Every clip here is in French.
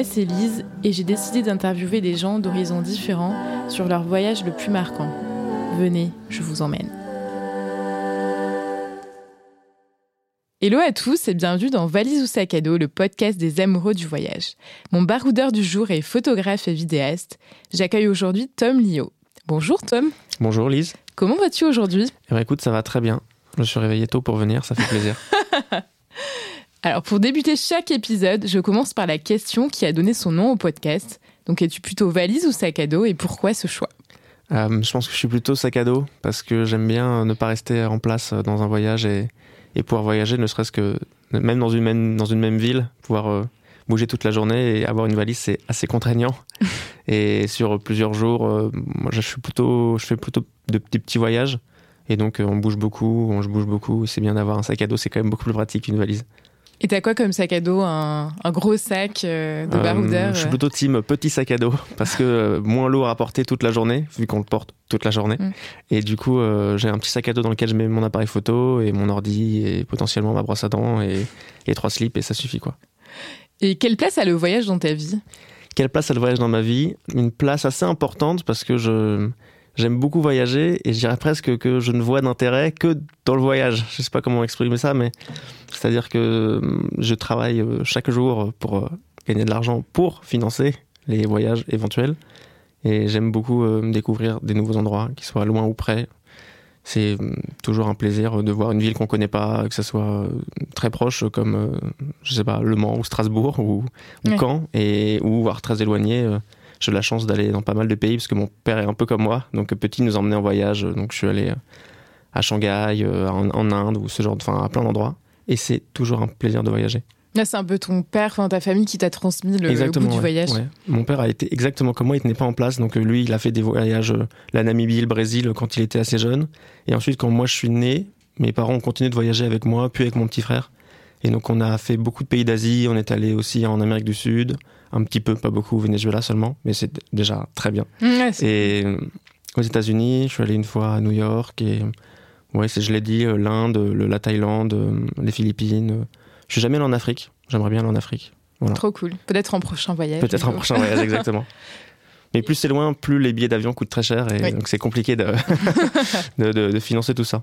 c'est Lise et j'ai décidé d'interviewer des gens d'horizons différents sur leur voyage le plus marquant. Venez, je vous emmène. Hello à tous et bienvenue dans Valise ou sac à dos, le podcast des amoureux du voyage. Mon baroudeur du jour est photographe et vidéaste. J'accueille aujourd'hui Tom Lio. Bonjour Tom. Bonjour Lise. Comment vas-tu aujourd'hui ? Écoute, ça va très bien. Je me suis réveillé tôt pour venir, ça fait plaisir. Alors pour débuter chaque épisode, je commence par la question qui a donné son nom au podcast. Donc es-tu plutôt valise ou sac à dos et pourquoi ce choix ? Je pense que je suis plutôt sac à dos parce que j'aime bien ne pas rester en place dans un voyage et pouvoir voyager, ne serait-ce que même dans une même ville, pouvoir bouger toute la journée et avoir une valise, c'est assez contraignant. Et sur plusieurs jours, moi je fais plutôt de petits voyages et donc je bouge beaucoup. Et c'est bien d'avoir un sac à dos, c'est quand même beaucoup plus pratique qu'une valise. Et t'as quoi comme sac à dos ? Un gros sac de baroudeur Je suis plutôt team petit sac à dos parce que moins lourd à porter toute la journée, vu qu'on le porte toute la journée. Et du coup, j'ai un petit sac à dos dans lequel je mets mon appareil photo et mon ordi et potentiellement ma brosse à dents et 3 slips et ça suffit quoi. Et quelle place a le voyage dans ta vie ? Quelle place a le voyage dans ma vie ? Une place assez importante parce que j'aime beaucoup voyager et je dirais presque que je ne vois d'intérêt que dans le voyage. Je ne sais pas comment exprimer ça, mais c'est-à-dire que je travaille chaque jour pour gagner de l'argent pour financer les voyages éventuels. Et j'aime beaucoup découvrir des nouveaux endroits, qu'ils soient loin ou près. C'est toujours un plaisir de voir une ville qu'on ne connaît pas, que ce soit très proche comme, je sais pas, Le Mans ou Strasbourg ou Caen, ou voire très éloigné. J'ai la chance d'aller dans pas mal de pays parce que mon père est un peu comme moi. Donc petit, il nous emmenait en voyage. Donc je suis allé à Shanghai, en Inde ou à plein d'endroits. Et c'est toujours un plaisir de voyager. Là, c'est un peu ton père, ta famille qui t'a transmis le goût du voyage. Ouais. Mon père a été exactement comme moi, il tenait pas en place. Donc lui, il a fait des voyages, la Namibie, le Brésil, quand il était assez jeune. Et ensuite, quand moi je suis né, mes parents ont continué de voyager avec moi, puis avec mon petit frère. Et donc on a fait beaucoup de pays d'Asie, on est allé aussi en Amérique du Sud, un petit peu, pas beaucoup, au Venezuela seulement, mais c'est déjà très bien. Et aux États-Unis, je suis allé une fois à New York, et je l'ai dit, l'Inde, la Thaïlande, les Philippines. Je suis jamais allé en Afrique, j'aimerais bien aller en Afrique. Voilà. Trop cool, peut-être en prochain voyage. Peut-être en prochain voyage, exactement. Mais plus c'est loin, plus les billets d'avion coûtent très cher, et donc c'est compliqué de financer tout ça.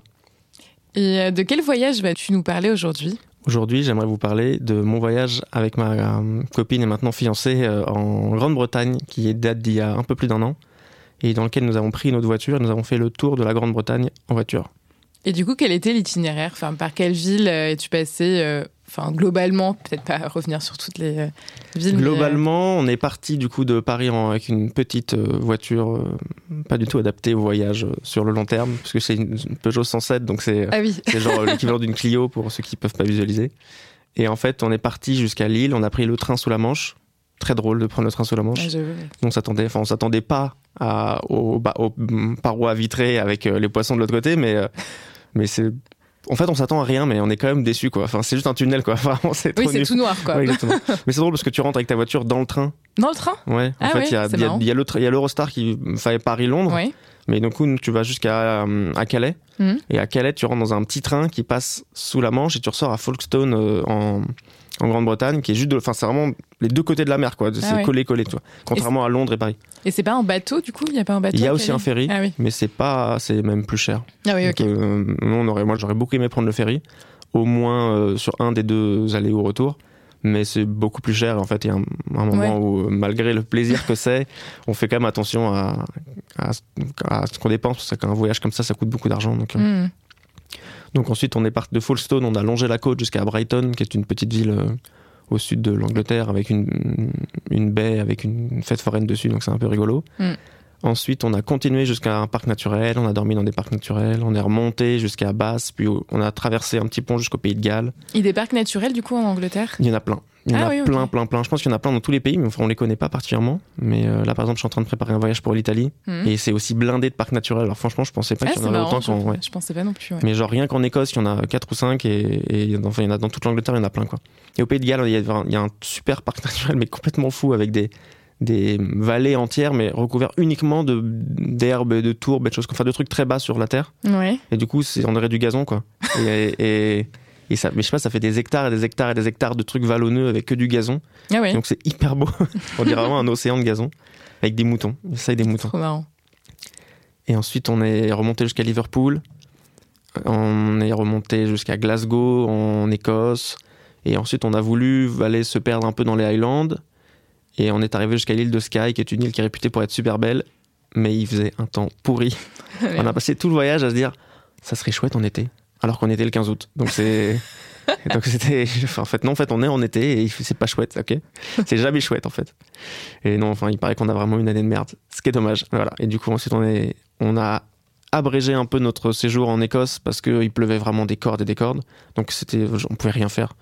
Et de quel voyage vas-tu nous parler aujourd'hui ? Aujourd'hui, j'aimerais vous parler de mon voyage avec ma copine et maintenant fiancée en Grande-Bretagne, qui date d'il y a un peu plus d'1 an, et dans lequel nous avons pris notre voiture et nous avons fait le tour de la Grande-Bretagne en voiture. Et du coup, quel était l'itinéraire ? Par quelle ville es-tu passé globalement, peut-être pas revenir sur toutes les villes. Globalement, on est parti du coup de Paris avec une petite voiture pas du tout adaptée au voyage sur le long terme, parce que c'est une Peugeot 107, donc c'est genre l'équivalent d'une Clio pour ceux qui peuvent pas visualiser. Et en fait, on est parti jusqu'à Lille, on a pris le train sous la Manche. Très drôle de prendre le train sous la Manche. On s'attendait pas aux parois vitrées avec les poissons de l'autre côté, mais c'est... En fait, on s'attend à rien, mais on est quand même déçus, quoi. C'est juste un tunnel, quoi. Vraiment, c'est trop nul. Tout noir, quoi. Ouais, exactement. Mais c'est drôle parce que tu rentres avec ta voiture dans le train. Dans le train ? Ouais. En fait, il y a l'Eurostar qui fait Paris-Londres. Ouais. Mais donc, tu vas jusqu'à Calais. Et à Calais, tu rentres dans un petit train qui passe sous la Manche et tu ressors à Folkestone en Grande-Bretagne, qui est juste c'est vraiment les deux côtés de la mer, quoi. C'est collé, tu vois. Contrairement à Londres et Paris. Et c'est pas un bateau, du coup ? Il y a pas un bateau ? Il y a aussi un ferry, mais c'est même plus cher. Ah oui, ok. Moi, j'aurais beaucoup aimé prendre le ferry, au moins sur un des 2 allers ou retour. Mais c'est beaucoup plus cher. En fait, il y a un moment où, malgré le plaisir que c'est, on fait quand même attention à ce qu'on dépense, parce qu'un voyage comme ça coûte beaucoup d'argent. Donc ensuite, on est parti de Folkestone, on a longé la côte jusqu'à Brighton, qui est une petite ville au sud de l'Angleterre, avec une baie, avec une fête foraine dessus, donc c'est un peu rigolo. Ensuite, on a continué jusqu'à un parc naturel, on a dormi dans des parcs naturels, on est remonté jusqu'à Bath, puis on a traversé un petit pont jusqu'au Pays de Galles. Et des parcs naturels, du coup, en Angleterre ? Il y en a plein. Il y en a plein. Je pense qu'il y en a plein dans tous les pays, mais on les connaît pas particulièrement. Mais là, par exemple, je suis en train de préparer un voyage pour l'Italie, et c'est aussi blindé de parcs naturels. Alors franchement, je pensais pas qu'il y en avait autant. Je pensais pas non plus. Mais genre rien qu'en Écosse, il y en a 4 ou 5, et il y en a dans toute l'Angleterre, il y en a plein, quoi. Et au Pays de Galles, il y a un super parc naturel, mais complètement fou, avec des vallées entières, mais recouvertes uniquement d'herbes, de tourbes, de choses, de trucs très bas sur la terre. Ouais. Et du coup, on aurait du gazon, quoi. Et Et ça, mais je sais pas, ça fait des hectares et des hectares et des hectares de trucs vallonneux avec que du gazon. Ah ouais. Donc c'est hyper beau. On dirait vraiment un océan de gazon avec des moutons. Ça et des moutons. Trop marrant. Et ensuite, on est remonté jusqu'à Liverpool. On est remonté jusqu'à Glasgow, en Écosse. Et ensuite, on a voulu aller se perdre un peu dans les Highlands. Et on est arrivé jusqu'à l'île de Skye, qui est une île qui est réputée pour être super belle. Mais il faisait un temps pourri. On a passé tout le voyage à se dire, ça serait chouette en été. Alors qu'on était le 15 août. Donc c'était... En fait, non, en fait, on est en été et c'est pas chouette, ok. C'est jamais chouette, en fait. Et non, enfin, il paraît qu'on a vraiment une année de merde. Ce qui est dommage. Voilà. Et du coup, ensuite, on a abrégé un peu notre séjour en Écosse parce qu'il pleuvait vraiment des cordes et des cordes. Donc on pouvait rien faire.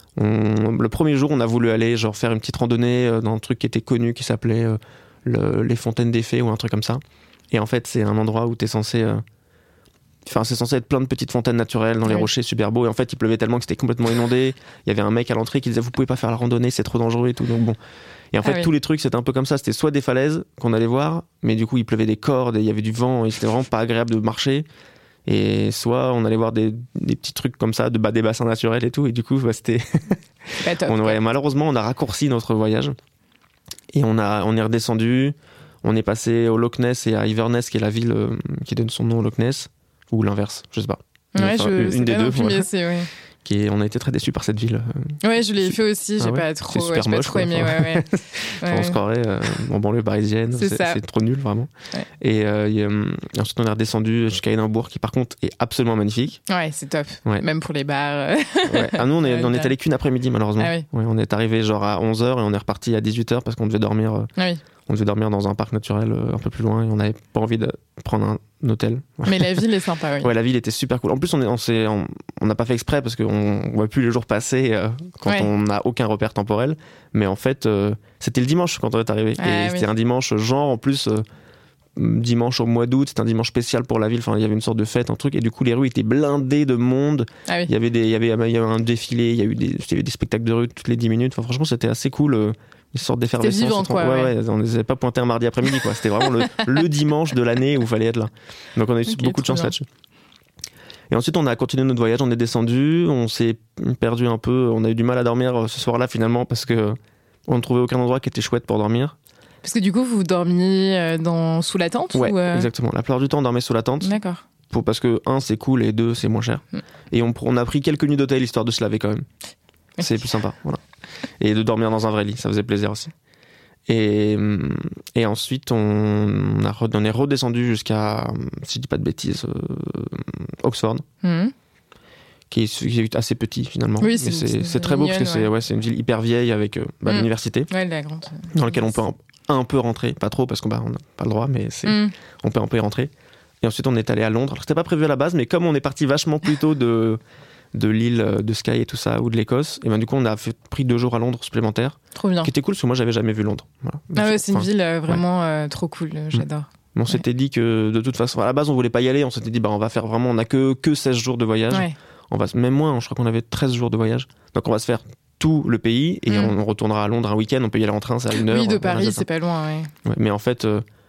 Le premier jour, on a voulu aller genre faire une petite randonnée dans un truc qui était connu, qui s'appelait les Fontaines des Fées ou un truc comme ça. Et en fait, c'est un endroit où t'es censé... c'est censé être plein de petites fontaines naturelles dans les rochers, super beau. Et en fait, il pleuvait tellement que c'était complètement inondé. Il y avait un mec à l'entrée qui disait, vous pouvez pas faire la randonnée, c'est trop dangereux et tout. Donc bon. Et en fait, tous les trucs, c'était un peu comme ça. C'était soit des falaises qu'on allait voir, mais du coup, il pleuvait des cordes et il y avait du vent et c'était vraiment pas agréable de marcher. Et soit on allait voir des petits trucs comme ça, des bassins naturels et tout. Et du coup, c'était... Pas top, malheureusement, on a raccourci notre voyage. Et on est redescendu. On est passé au Loch Ness et à Inverness, qui est la ville qui donne son nom au Loch Ness. Ou l'inverse, je sais pas. Ouais, une des deux. Voilà. On a été très déçus par cette ville. Ouais, je l'ai fait aussi, j'ai pas trop, super moche, trop aimé. On se croirait en banlieue parisienne, c'est trop nul vraiment. Ouais. Et ensuite on est redescendu jusqu'à Édimbourg, qui par contre est absolument magnifique. Ouais, c'est top. Ouais. Même pour les bars. Ouais. Ah, nous on est allé qu'une après-midi malheureusement. Ah, oui. Ouais, on est arrivé genre à 11h et on est reparti à 18h parce qu'on devait dormir. On devait dormir dans un parc naturel un peu plus loin et on n'avait pas envie de prendre un hôtel. Mais la ville est sympa, oui. Ouais, la ville était super cool. En plus, on n'a pas fait exprès parce qu'on ne voit plus les jours passer quand on n'a aucun repère temporel. Mais en fait, c'était le dimanche quand on est arrivé. Et c'était un dimanche genre, en plus, dimanche au mois d'août, c'était un dimanche spécial pour la ville. Enfin, il y avait une sorte de fête, un truc. Et du coup, les rues étaient blindées de monde. Ah oui. Il y avait un défilé, il y avait des spectacles de rue toutes les 10 minutes. Enfin, franchement, c'était assez cool. Une sorte d'effervescence. C'était vivant, quoi. Ouais. On ne les avait pas pointés un mardi après-midi, quoi. C'était vraiment le dimanche de l'année où il fallait être là. Donc on a eu beaucoup de chance là-dessus. Et ensuite, on a continué notre voyage, on est descendu, on s'est perdu un peu, on a eu du mal à dormir ce soir-là finalement parce que on ne trouvait aucun endroit qui était chouette pour dormir. Parce que du coup, vous dormiez sous la tente ou exactement. La plupart du temps, on dormait sous la tente. D'accord. Parce que, c'est cool et 2, c'est moins cher. Et on a pris quelques nuits d'hôtel histoire de se laver quand même. C'est plus sympa, voilà. Et de dormir dans un vrai lit, ça faisait plaisir aussi. Et ensuite, on est redescendu jusqu'à, si je dis pas de bêtises, Oxford, qui est assez petit finalement. Oui, mais c'est très beau parce que c'est une ville hyper vieille avec l'université, la grande. Dans laquelle on peut un peu rentrer, pas trop parce qu'on n'a pas le droit, mais on peut un peu y rentrer. Et ensuite, on est allé à Londres. Alors, c'était pas prévu à la base, mais comme on est parti vachement plus tôt de l'île de Skye et tout ça, ou de l'Écosse, et ben du coup on a pris 2 jours à Londres supplémentaires. Trop bien. Qui était cool parce que moi j'avais jamais vu Londres. Voilà. C'est une ville vraiment trop cool, j'adore. On s'était dit que de toute façon, à la base on voulait pas y aller, on s'était dit on va faire vraiment, on a que 16 jours de voyage. Ouais. Même moins, je crois qu'on avait 13 jours de voyage. Donc on va se faire tout le pays et on retournera à Londres un week-end, on peut y aller en train, c'est à 1 heure. Oui, de Paris, c'est pas loin, ouais. Mais en fait,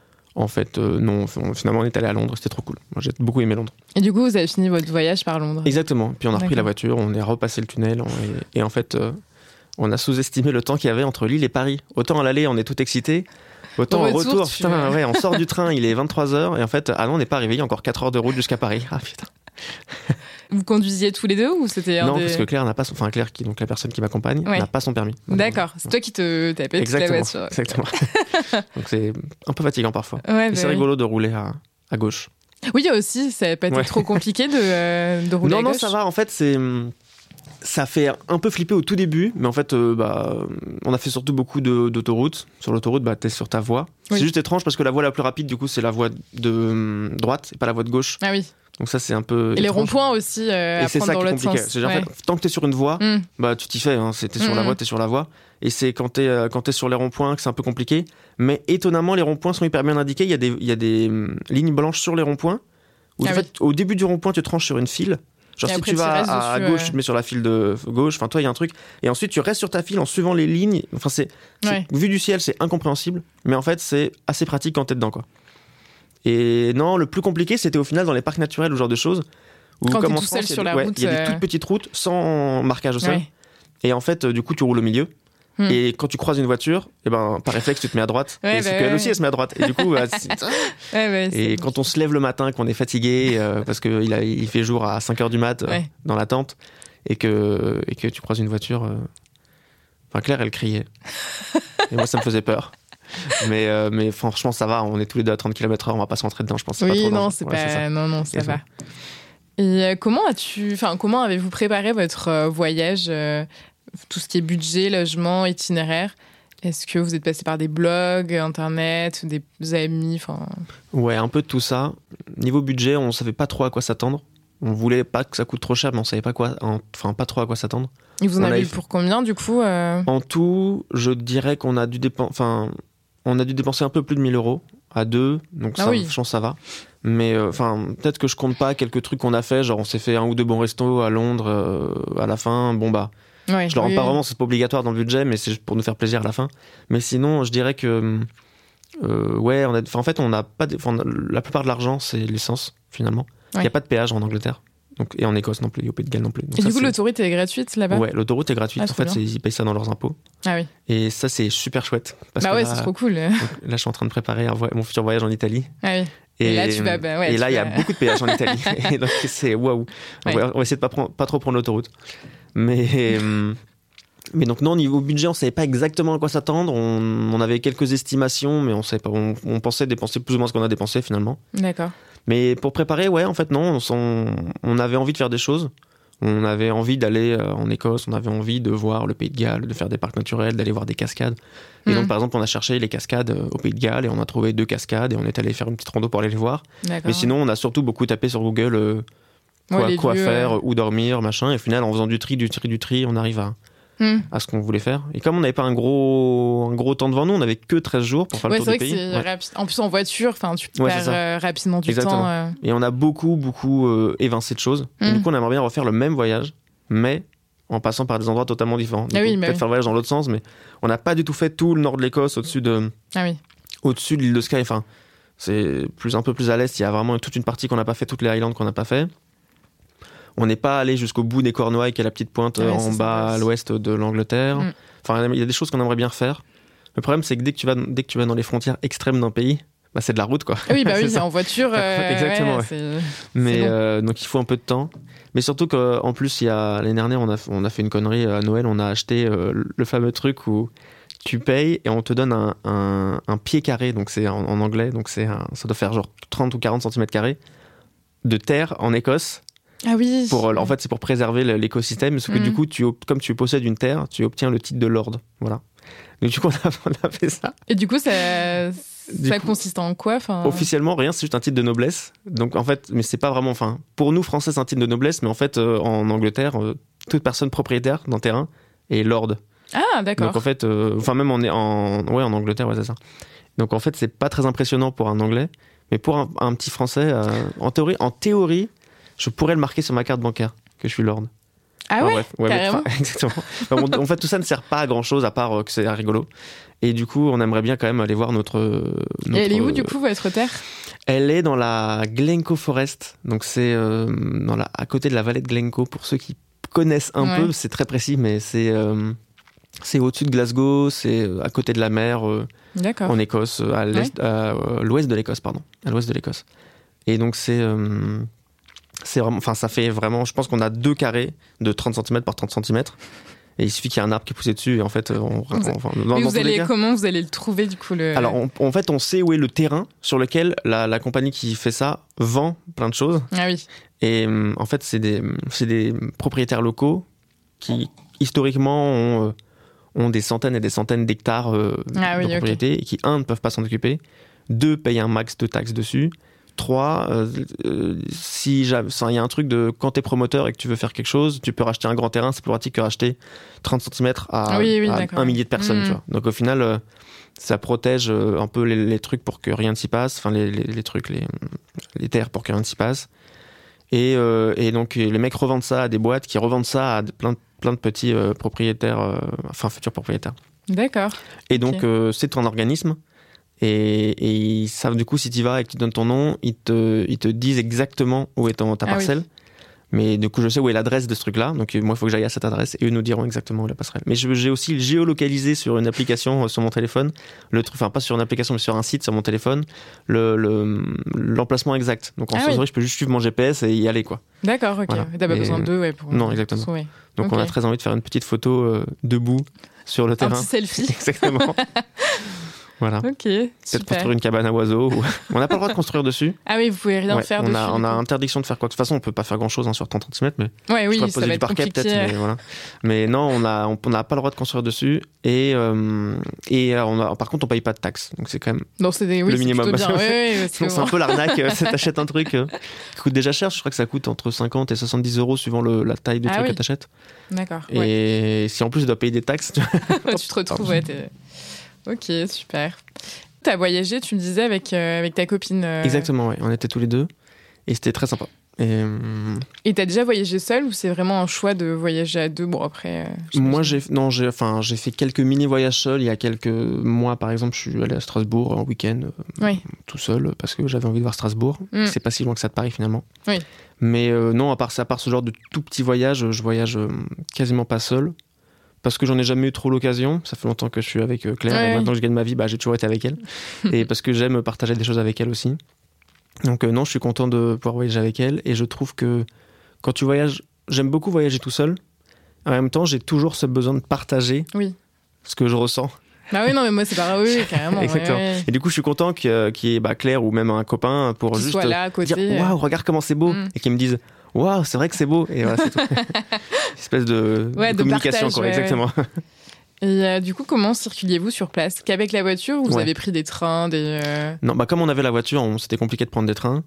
non, finalement on est allé à Londres, c'était trop cool. Moi j'ai beaucoup aimé Londres. Et du coup, vous avez fini votre voyage par Londres. Exactement. Puis on a repris la voiture, on est repassé le tunnel et en fait, on a sous-estimé le temps qu'il y avait entre Lille et Paris. Autant à l'aller, on est tout excité. Autant au retour, on sort du train, il est 23h et en fait, on n'est pas arrivé, il y a encore 4 heures de route jusqu'à Paris. Ah putain. Vous conduisiez tous les deux ou c'était Non, parce que Claire n'a pas Claire, qui donc la personne qui m'accompagne, n'a pas son permis. D'accord, c'est toi qui te tapais toute la voiture. Exactement. Donc c'est un peu fatigant parfois. Ouais, c'est rigolo de rouler à gauche. Oui, aussi, ça n'a pas été trop compliqué de rouler à gauche. Non, ça va. En fait, ça fait un peu flipper au tout début, mais en fait, on a fait surtout beaucoup d'autoroutes. Sur l'autoroute, t'es sur ta voie. Oui. C'est juste étrange parce que la voie la plus rapide, du coup, c'est la voie de droite et pas la voie de gauche. Ah oui. Donc ça, c'est un peu et étrange. Les ronds-points aussi, à prendre dans l'autre sens. C'est en fait, tant que t'es sur une voie, tu t'y fais. T'es sur la voie, t'es sur la voie. Et c'est quand t'es sur les ronds-points que c'est un peu compliqué. Mais étonnamment, les ronds-points sont hyper bien indiqués. Il y a des lignes blanches sur les ronds-points. Où, en fait, au début du rond-point, tu te tranches sur une file. Genre, si tu vas à gauche, tu te mets sur la file de gauche. Enfin, toi, il y a un truc. Et ensuite, tu restes sur ta file en suivant les lignes. Enfin, vu du ciel, c'est incompréhensible. Mais en fait, c'est assez pratique quand t'es dedans, quoi. Et non, le plus compliqué, c'était au final dans les parcs naturels ou ce genre de choses, Ou quand comme t'es en tout France, seul sur la route. il y a des toutes petites routes sans marquage au sol. Ouais. Et en fait, du coup, tu roules au milieu. Et quand tu croises une voiture, et ben, par réflexe, tu te mets à droite. Ouais, et c'est qu'elle aussi, elle se met à droite. Et du coup, et quand on se lève le matin, qu'on est fatigué, parce qu'il fait jour à 5h du mat dans la tente, et que tu croises une voiture. Enfin, Claire, elle criait. Et moi, ça me faisait peur. Mais franchement, ça va. On est tous les deux à 30 km/h. On va pas se rentrer dedans, je pense. Oui, non, c'est pas. Ça. Non, ça va. Et comment avez-vous préparé votre voyage, tout ce qui est budget, logement, itinéraire? Est-ce que vous êtes passé par des blogs, internet, des amis, Ouais, un peu de tout ça. Niveau budget, on savait pas trop à quoi s'attendre. On voulait pas que ça coûte trop cher, mais on savait pas pas trop à quoi s'attendre. Et vous en avez eu pour combien, du coup En tout, je dirais qu'on a dû dépenser un peu plus de 1 000 € à deux, donc je pense ça va. Mais peut-être que je compte pas quelques trucs qu'on a fait, genre on s'est fait 1 ou 2 bons restos à Londres à la fin. Bon bah, je le rends pas vraiment, c'est pas obligatoire dans le budget, mais c'est juste pour nous faire plaisir à la fin. Mais sinon, je dirais que on n'a pas, la plupart de l'argent c'est l'essence finalement. Il y a pas de péage en Angleterre. Donc, et en Écosse non plus, et au Pays de Galles non plus. Donc et du coup, l'autoroute est gratuite là-bas? Ouais, l'autoroute est gratuite. En fait, ils payent ça dans leurs impôts. Ah oui. Et ça, c'est super chouette. Parce que c'est trop cool. Là, je suis en train de préparer mon futur voyage en Italie. Ah oui. Et là, tu vas. Et là, il y a beaucoup de péages en Italie. Et donc, c'est waouh. On va essayer de pas trop prendre l'autoroute. Mais donc, non, niveau budget, on savait pas exactement à quoi s'attendre. On avait quelques estimations, mais on savait pas. On pensait dépenser plus ou moins ce qu'on a dépensé finalement. D'accord. Mais pour préparer, en fait, non, on avait envie de faire des choses. On avait envie d'aller en Écosse, on avait envie de voir le Pays de Galles, de faire des parcs naturels, d'aller voir des cascades. Et donc, par exemple, on a cherché les cascades au Pays de Galles et on a trouvé 2 cascades et on est allé faire une petite rando pour aller les voir. D'accord. Mais sinon, on a surtout beaucoup tapé sur Google quoi faire, où dormir, machin. Et au final, en faisant du tri, on arrive à ce qu'on voulait faire. Et comme on n'avait pas un gros temps devant nous, on n'avait que 13 jours pour faire le tour du pays. C'est rapide. En plus, en voiture, tu perds rapidement du temps. Et on a beaucoup évincé de choses. Et du coup, on aimerait bien refaire le même voyage, mais en passant par des endroits totalement différents. Peut-être faire le voyage dans l'autre sens, mais on n'a pas du tout fait tout le nord de l'Écosse au-dessus de l'île de Skye. Enfin, c'est un peu plus à l'est. Il y a vraiment toute une partie qu'on n'a pas fait, toutes les Highlands qu'on n'a pas fait. On n'est pas allé jusqu'au bout des Cornouailles, qui est la petite pointe en bas à l'ouest de l'Angleterre. Enfin, il y a des choses qu'on aimerait bien faire. Le problème, c'est que dès que tu vas dans les frontières extrêmes d'un pays, c'est de la route, quoi. Oui, en voiture. Exactement. Mais donc il faut un peu de temps. Mais surtout qu'en plus, l'année dernière, on a fait une connerie à Noël. On a acheté le fameux truc où tu payes et on te donne un pied carré. Donc c'est en anglais. Donc ça doit faire genre 30 ou 40 cm² de terre en Écosse. Ah oui. En fait, c'est pour préserver l'écosystème. Parce que du coup, comme tu possèdes une terre, tu obtiens le titre de lord. Voilà. Donc du coup, on a fait ça. Et du coup, ça consiste en quoi? Officiellement, rien, c'est juste un titre de noblesse. Donc en fait, mais c'est pas vraiment. Pour nous, Français, c'est un titre de noblesse, mais en fait, en Angleterre, toute personne propriétaire d'un terrain est lord. Ah, d'accord. Donc en fait, même en Angleterre, c'est ça. Donc en fait, c'est pas très impressionnant pour un Anglais, mais pour un petit Français, en théorie, je pourrais le marquer sur ma carte bancaire que je suis lord. Ah ouais, carrément. Exactement. En fait, tout ça ne sert pas à grand chose à part que c'est rigolo. Et du coup, on aimerait bien quand même aller voir notre Et elle est où, du coup, votre terre? Elle est dans la Glencoe Forest. Donc, c'est à côté de la vallée de Glencoe. Pour ceux qui connaissent un peu, c'est très précis, mais c'est au-dessus de Glasgow, c'est à côté de la mer, en Écosse, à l'ouest de l'Écosse, pardon. À l'ouest de l'Écosse. Et donc, c'est vraiment, ça fait vraiment, je pense qu'on a 2 carrés de 30 cm par 30 cm. Et il suffit qu'il y ait un arbre qui est poussé dessus et en fait, comment vous allez le trouver du coup Alors, en fait, on sait où est le terrain sur lequel la compagnie qui fait ça vend plein de choses. Ah oui. Et en fait, c'est des propriétaires locaux qui historiquement ont des centaines et des centaines d'hectares de propriété et qui, 1, ne peuvent pas s'en occuper, 2, payent un max de taxes dessus, 3, si il y a un truc de quand t'es promoteur et que tu veux faire quelque chose, tu peux racheter un grand terrain, c'est plus pratique que racheter 30 cm à 1 millier de personnes. Tu vois. Donc au final, ça protège un peu les trucs pour que rien ne s'y passe, enfin les trucs, les terres pour que rien ne s'y passe. Et donc les mecs revendent ça à des boîtes qui revendent ça à plein de petits propriétaires, futurs propriétaires. D'accord. Et donc c'est un organisme. Et ils savent du coup, si tu y vas et que tu donnes ton nom, ils te disent exactement où est ta parcelle. Oui. Mais du coup, je sais où est l'adresse de ce truc-là. Donc, moi, il faut que j'aille à cette adresse et eux nous diront exactement où est la passerelle. Mais j'ai aussi géolocalisé sur une application sur mon téléphone, enfin, pas sur une application, mais sur un site sur mon téléphone, l'emplacement exact. Donc, en théorie, je peux juste suivre mon GPS et y aller, quoi. D'accord, ok. Voilà. T'as pas besoin d'eux, pour. Non, exactement. Ouais. Donc, on a très envie de faire une petite photo debout sur le terrain. Un petit selfie. Exactement. Voilà. Ok, peut-être super. construire une cabane à oiseaux. On n'a pas le droit de construire dessus. Ah oui, vous pouvez rien faire dessus. On a interdiction de faire quoi. De toute façon, on peut pas faire grand-chose sur 30 cm, mais oui, ça va du être parquet compliqué. peut-être. Mais, voilà. Mais non, on n'a pas le droit de construire dessus. Et par contre, on paye pas de taxes. Donc c'est quand même le minimum. Bien. C'est un peu l'arnaque. T'achètes un truc qui coûte déjà cher. Je crois que ça coûte entre 50 et 70 euros suivant la taille du truc que t'achètes. D'accord. Et si en plus tu dois payer des taxes, tu te retrouves. Ok, super. T'as voyagé, tu me disais, avec ta copine. Exactement, ouais. On était tous les deux et c'était très sympa. Et t'as déjà voyagé seul ou c'est vraiment un choix de voyager à deux? Bon, après. Moi, j'ai fait quelques mini-voyages seuls. Il y a quelques mois, par exemple, je suis allé à Strasbourg en week-end, tout seul, parce que j'avais envie de voir Strasbourg. C'est pas si loin que ça de Paris, finalement. Oui. Mais non, à part ce genre de tout petit voyage, je voyage quasiment pas seul. Parce que j'en ai jamais eu trop l'occasion. Ça fait longtemps que je suis avec Claire et maintenant que je gagne ma vie, j'ai toujours été avec elle. Et parce que j'aime partager des choses avec elle aussi. Donc non, je suis content de pouvoir voyager avec elle. Et je trouve que quand tu voyages, j'aime beaucoup voyager tout seul. En même temps, j'ai toujours ce besoin de partager ce que je ressens. Ah oui, non, mais moi, c'est pareil, carrément. Exactement. Et du coup, je suis content qu'il y ait Claire ou même un copain pour juste soit là, à côté, dire « Waouh, regarde comment c'est beau !» et qu'ils me disent « Waouh, c'est vrai que c'est beau !» Et voilà, c'est tout. Une espèce de communication, partage, quoi. Exactement. Et du coup, comment circuliez-vous sur place? Qu'avec la voiture ou vous avez pris des trains, Non, comme on avait la voiture, c'était compliqué de prendre des trains.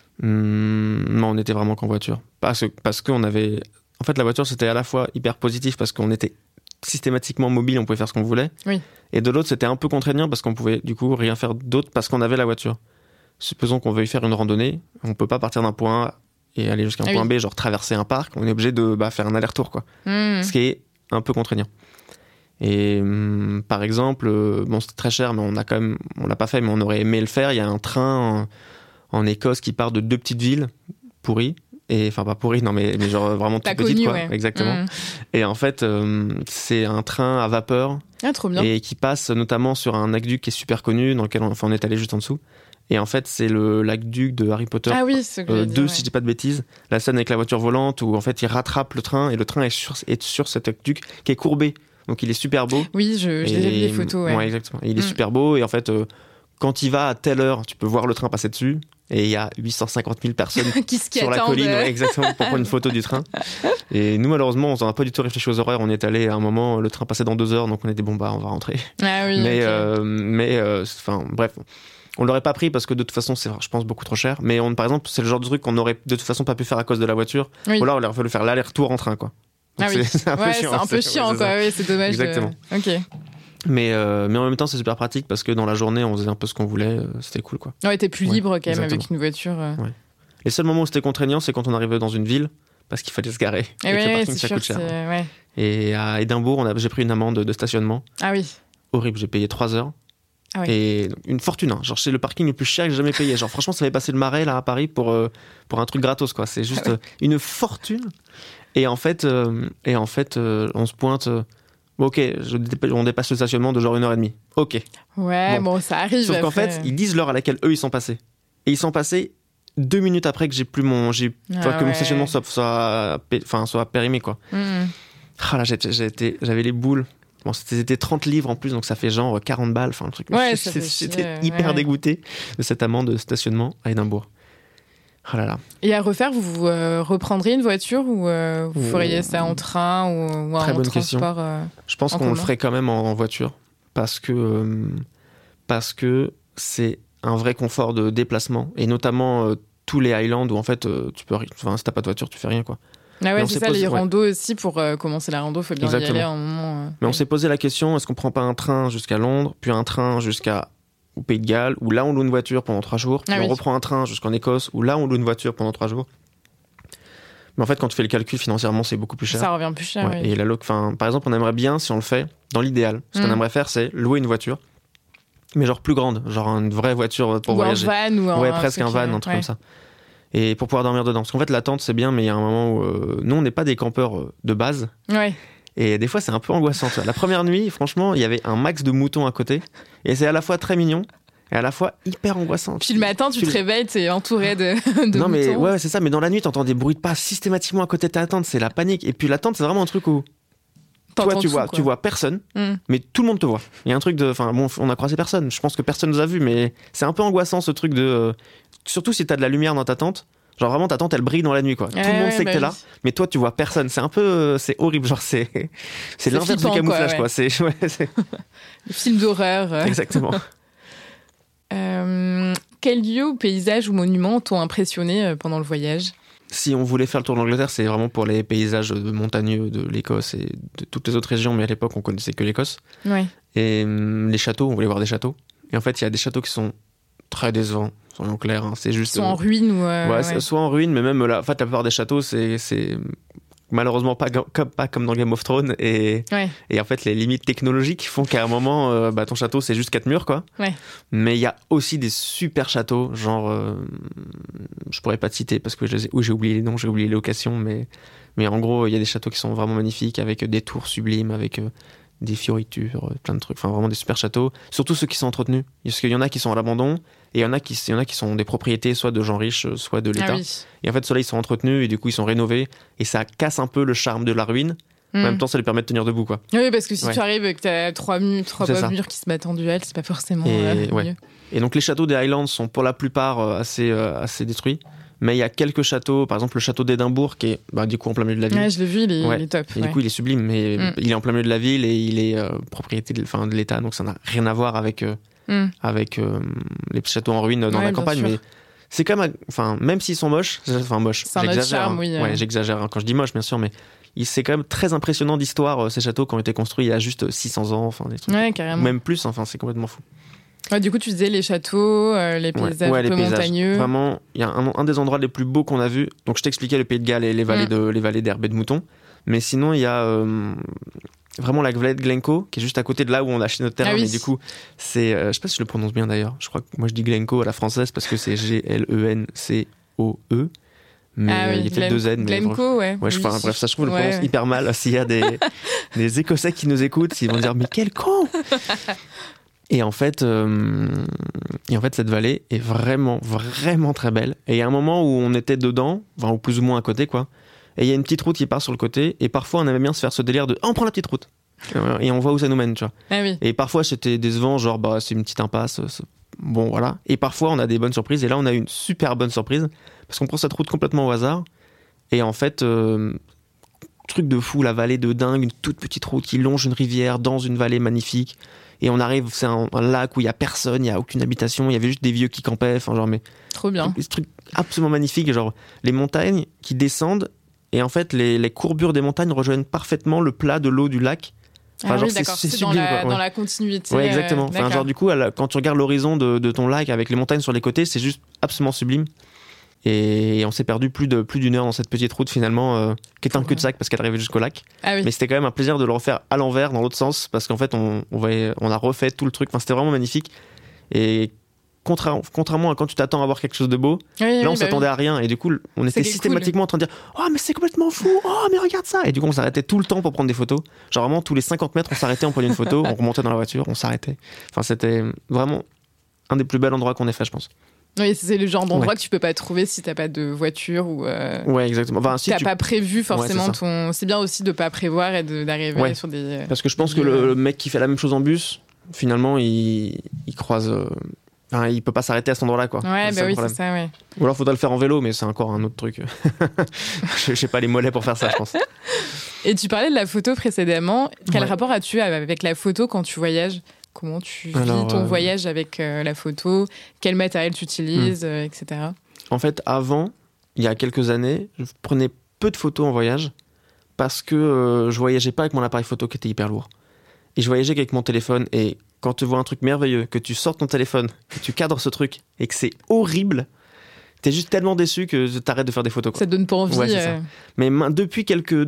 Non, on était vraiment qu'en voiture. Parce qu'on avait... En fait, la voiture, c'était à la fois hyper positif parce qu'on était systématiquement mobile, on pouvait faire ce qu'on voulait. Oui. Et de l'autre, c'était un peu contraignant parce qu'on pouvait du coup rien faire d'autre parce qu'on avait la voiture. Supposons qu'on veuille faire une randonnée, on peut pas partir d'un point A et aller jusqu'à un point B, genre traverser un parc, on est obligé de faire un aller-retour, quoi. Ce qui est un peu contraignant. Et par exemple, c'était très cher, mais on l'a pas fait, mais on aurait aimé le faire. Il y a un train en Écosse qui part de 2 petites villes pourries. Et enfin, pas pourries, non, mais genre vraiment toutes petites, quoi. Exactement. Et en fait, c'est un train à vapeur. Ah, trop bien. Et qui passe notamment sur un aqueduc qui est super connu, dans lequel on est allé juste en dessous. Et en fait, c'est l'aqueduc de Harry Potter. Ah oui, c'est ce que 2, si je dis pas de bêtises. La scène avec la voiture volante où en fait, il rattrape le train et le train est sur cet aqueduc qui est courbé. Donc, il est super beau. Oui, j'ai déjà vu des photos. Ouais, exactement. Et il est super beau. Et en fait, quand il va à telle heure, tu peux voir le train passer dessus. Et il y a 850 000 personnes sur la colline, exactement, pour prendre une photo du train. Et nous, malheureusement, on n'a pas du tout réfléchi aux horaires. On est allé à un moment, le train passait dans 2 heures, donc on était on va rentrer. Ah oui. Bref. On l'aurait pas pris parce que de toute façon, c'est, je pense, beaucoup trop cher. Mais par exemple, c'est le genre de truc qu'on aurait de toute façon pas pu faire à cause de la voiture. Ou là, on aurait fallu faire l'aller-retour en train, quoi. Donc c'est un peu chiant, quoi. Oui, c'est dommage. Exactement. Ok. Mais en même temps, c'est super pratique parce que dans la journée, on faisait un peu ce qu'on voulait. C'était cool, quoi. Ouais, t'es plus libre quand même avec une voiture. Ouais. Les seuls moments où c'était contraignant, c'est quand on arrivait dans une ville parce qu'il fallait se garer. Et que le parking, ça coûte cher. Et à Édimbourg, j'ai pris une amende de stationnement. Ah oui. Horrible, j'ai payé 3 heures. Ah oui. Et une fortune, hein. Genre c'est le parking le plus cher que j'ai jamais payé. Genre franchement, ça avait passé le Marais là à Paris pour un truc gratos, quoi. C'est juste une fortune. Et en fait, on se pointe. Ok, on dépasse le stationnement de genre 1h30. Ok. Ouais, bon ça arrive. Sauf qu'en fait, ils disent l'heure à laquelle eux ils sont passés. Et ils sont passés 2 minutes après que que mon stationnement soit périmé, quoi. Ah là, j'avais les boules. Bon, c'était 30 livres en plus, donc ça fait genre 40 balles. Enfin, le truc. Ouais, j'étais hyper dégoûté de cette amende de stationnement à Édimbourg. Oh là là. Et à refaire, vous reprendriez une voiture ou vous feriez ça en train ou Très en bonne transport question. Je pense qu'on le ferait quand même en voiture parce que c'est un vrai confort de déplacement et notamment tous les Highlands où en fait si t'as pas de voiture, tu fais rien, quoi. Ah ouais, c'est ça, les randos aussi, pour commencer la rando, il faut bien y aller à un moment. Mais on s'est posé la question, est-ce qu'on prend pas un train jusqu'à Londres, puis un train au Pays de Galles, où là on loue une voiture pendant 3 jours, puis on reprend un train jusqu'en Écosse, où là on loue une voiture pendant 3 jours. Mais en fait, quand tu fais le calcul financièrement, c'est beaucoup plus cher. Ça revient plus cher, oui. Et par exemple, on aimerait bien, si on le fait, dans l'idéal, ce qu'on aimerait faire, c'est louer une voiture, mais genre plus grande, genre une vraie voiture pour voyager. Un van ou presque un van, un truc comme ça. Et pour pouvoir dormir dedans. Parce qu'en fait, la tente, c'est bien, mais il y a un moment où nous, on n'est pas des campeurs de base. Ouais. Et des fois, c'est un peu angoissant. La première nuit, franchement, il y avait un max de moutons à côté. Et c'est à la fois très mignon et à la fois hyper angoissant. Puis le matin, tu te réveilles, t'es entouré de non, moutons. Mais ouais, c'est ça. Mais dans la nuit, t'entends des bruits de pas systématiquement à côté de ta tente. C'est la panique. Et puis la tente, c'est vraiment un truc où toi, tu vois personne, mais tout le monde te voit. Il y a un truc de... Enfin, bon, on a croisé personne. Je pense que personne nous a vus, mais c'est un peu angoissant, ce truc de... surtout si t'as de la lumière dans ta tente. Genre vraiment, ta tente, elle brille dans la nuit, quoi. Tout le monde sait que t'es là, mais toi, tu vois personne. C'est un peu... c'est horrible, genre, c'est l'inverse du camouflage, quoi. C'est... Le film d'horreur. Exactement. Quels lieux ou paysages ou monuments t'ont impressionné pendant le voyage ? Si on voulait faire le tour de l'Angleterre, c'est vraiment pour les paysages montagneux de l'Écosse et de toutes les autres régions, mais à l'époque, on connaissait que l'Écosse. Ouais. Et les châteaux, on voulait voir des châteaux. Et en fait, il y a des châteaux qui sont très décevants, soyons clairs. Hein. C'est juste... Ils sont en ruine ou... soit en ruine, mais même là, en fait, la plupart des châteaux, c'est malheureusement pas comme dans Game of Thrones. Et en fait, les limites technologiques font qu'à un moment, ton château, c'est juste 4 murs, quoi. Ouais. Mais il y a aussi des super châteaux, genre... je pourrais pas te citer parce que j'ai oublié les noms, j'ai oublié les locations, mais en gros, il y a des châteaux qui sont vraiment magnifiques, avec des tours sublimes, avec des fioritures, plein de trucs. Enfin, vraiment des super châteaux. Surtout ceux qui sont entretenus. Parce qu'il y en a qui sont à l'abandon, et il y en a qui sont des propriétés soit de gens riches, soit de l'État. Ah oui. Et en fait, ceux-là, ils sont entretenus, et du coup, ils sont rénovés, et ça casse un peu le charme de la ruine. En même temps, ça lui permet de tenir debout, quoi. Oui, parce que si tu arrives et que t'as trois pauvres murs qui se mettent en duel, c'est pas forcément mieux. Et donc, les châteaux des Highlands sont pour la plupart assez détruits. Mais il y a quelques châteaux, par exemple le château d'Édimbourg, qui est du coup en plein milieu de la ville. Ouais, je l'ai vu, il est top. Et du coup, il est sublime, mais il est en plein milieu de la ville et il est propriété de l'État, donc ça n'a rien à voir avec les châteaux en ruine dans la campagne. Mais c'est quand même, même s'ils sont moches, c'est un autre charme, oui. Ouais, j'exagère quand je dis moche, bien sûr, mais c'est quand même très impressionnant d'histoire, ces châteaux qui ont été construits il y a juste 600 ans, des trucs, ouais, carrément. Ou même plus, c'est complètement fou. Ouais, du coup, tu disais les châteaux, les paysages un peu montagneux. Vraiment, il y a un des endroits les plus beaux qu'on a vu. Donc, je t'expliquais le Pays de Galles et les vallées d'herbe et de mouton. Mais sinon, il y a vraiment la vallée de Glencoe, qui est juste à côté de là où on a acheté notre terrain. Ah oui. Mais du coup, c'est... je sais pas si je le prononce bien d'ailleurs. Je crois que moi, je dis Glencoe à la française parce que c'est Glencoe. Mais il y a peut-être 2 N. Glencoe, ouais. Bref, ça se trouve, je le prononce hyper mal. S'il y a des Écossais qui nous écoutent, ils vont dire « Mais quel con !» Et en fait, cette vallée est vraiment, vraiment très belle. Et il y a un moment où on était dedans, ou plus ou moins à côté, quoi. Et il y a une petite route qui part sur le côté. Et parfois, on aimait bien se faire ce délire de « on prend la petite route !» Et on voit où ça nous mène, tu vois. Ah oui. Et parfois, c'était décevant, genre, c'est une petite impasse. Bon, voilà. Et parfois, on a des bonnes surprises. Et là, on a eu une super bonne surprise. Parce qu'on prend cette route complètement au hasard. Et en fait... truc de fou, la vallée de dingue, une toute petite route qui longe une rivière dans une vallée magnifique. Et on arrive, c'est un lac où il y a personne, il y a aucune habitation, il y avait juste des vieux qui campaient, mais trop bien. Ce truc absolument magnifique, genre les montagnes qui descendent et en fait les courbures des montagnes rejoignent parfaitement le plat de l'eau du lac. Oui, d'accord. C'est sublime, dans la continuité. Ouais, exactement. Genre du coup, quand tu regardes l'horizon de ton lac avec les montagnes sur les côtés, c'est juste absolument sublime. Et on s'est perdu plus d'une heure dans cette petite route finalement, qui est un cul-de-sac parce qu'elle arrivait jusqu'au lac. Ah oui. Mais c'était quand même un plaisir de le refaire à l'envers, dans l'autre sens, parce qu'en fait on a refait tout le truc. C'était vraiment magnifique. Et contrairement à quand tu t'attends à voir quelque chose de beau, là on s'attendait à rien. Et du coup, on était systématiquement en train de dire « Oh mais c'est complètement fou, oh mais regarde ça !» Et du coup on s'arrêtait tout le temps pour prendre des photos. Genre vraiment tous les 50 mètres on s'arrêtait, on prenait une photo, on remontait dans la voiture, on s'arrêtait. C'était vraiment un des plus bels endroits qu'on ait fait, je pense. Oui, c'est le genre d'endroit que tu peux pas trouver si t'as pas de voiture ou ouais, exactement. Si t'as pas prévu forcément c'est bien aussi de pas prévoir et d'arriver sur des parce que je pense que le mec qui fait la même chose en bus, finalement il croise il peut pas s'arrêter à cet endroit-là, quoi. Ouais, oui, c'est ça, ouais. Ou alors faudrait le faire en vélo, mais c'est encore un autre truc. J'ai pas les mollets pour faire ça, je pense. Et tu parlais de la photo précédemment. Quel rapport as-tu avec la photo quand tu voyages ? Comment tu vis ton voyage avec la photo ? Quel matériel tu utilises, etc. En fait, avant, il y a quelques années, je prenais peu de photos en voyage parce que je voyageais pas avec mon appareil photo qui était hyper lourd. Et je voyageais qu'avec mon téléphone. Et quand tu vois un truc merveilleux, que tu sortes ton téléphone, que tu cadres ce truc et que c'est horrible, t'es juste tellement déçu que t'arrêtes de faire des photos, quoi. Ça te donne pas envie. Ouais, c'est ça. Mais depuis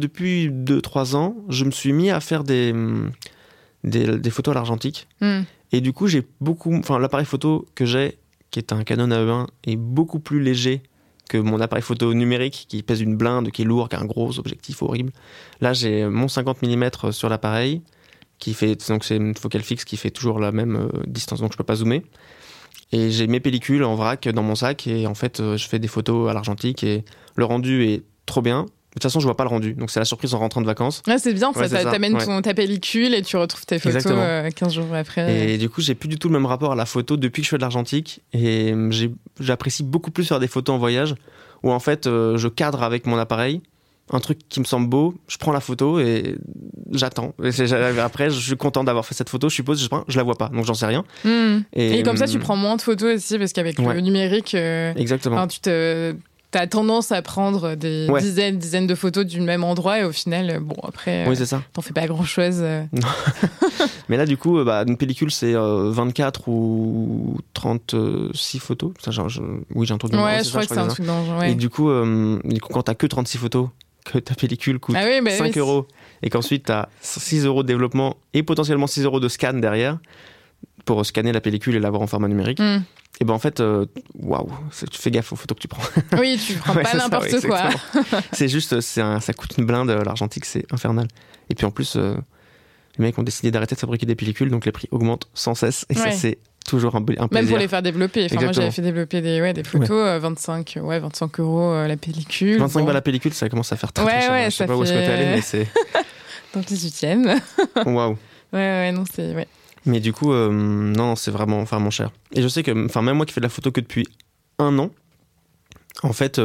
2-3 ans, je me suis mis à faire des photos à l'argentique. Et du coup, j'ai l'appareil photo que j'ai, qui est un Canon AE1, est beaucoup plus léger que mon appareil photo numérique qui pèse une blinde, qui est lourd, qui a un gros objectif horrible. Là, j'ai mon 50 mm sur l'appareil, donc c'est une focale fixe qui fait toujours la même distance, donc je peux pas zoomer. Et j'ai mes pellicules en vrac dans mon sac, et en fait, je fais des photos à l'argentique, et le rendu est trop bien. De toute façon, je vois pas le rendu, donc c'est la surprise en rentrant de vacances. Ouais, c'est bien, ouais, ça t'amène ta pellicule et tu retrouves tes photos 15 jours après. Et du coup, j'ai plus du tout le même rapport à la photo depuis que je fais de l'argentique, et j'apprécie beaucoup plus faire des photos en voyage, où en fait, je cadre avec mon appareil un truc qui me semble beau, je prends la photo et j'attends. Et après, je suis content d'avoir fait cette photo, je suppose, je la vois pas, donc j'en sais rien. Et comme ça, tu prends moins de photos aussi, parce qu'avec le numérique, exactement. T'as tendance à prendre des dizaines de photos du même endroit, et au final, bon, après, oui, c'est ça. T'en fais pas grand-chose. Mais là, du coup, une pellicule, c'est 24 ou 36 photos. Ça, oui, j'ai un truc de je crois que c'est un truc dans le genre. Et du coup, quand t'as que 36 photos, que ta pellicule coûte 5 euros, et qu'ensuite t'as 6 euros de développement et potentiellement 6 euros de scan derrière pour scanner la pellicule et l'avoir en format numérique, et ben en fait, tu fais gaffe aux photos que tu prends. Oui, tu prends pas n'importe quoi. C'est juste, ça coûte une blinde, l'argentique, c'est infernal. Et puis en plus, les mecs ont décidé d'arrêter de fabriquer des pellicules, donc les prix augmentent sans cesse, et ça c'est toujours un plaisir. Même pour les faire développer. Enfin, moi, j'avais fait développer des photos, 25 euros la pellicule. 25 balles la pellicule, ça commence à faire très cher. Je sais pas où est-ce que t'es allé, mais c'est... Dans le 18e. Waouh. Non, c'est... Ouais. Mais du coup, non, c'est vraiment cher. Et je sais que, même moi qui fais de la photo que depuis 1 an, en fait,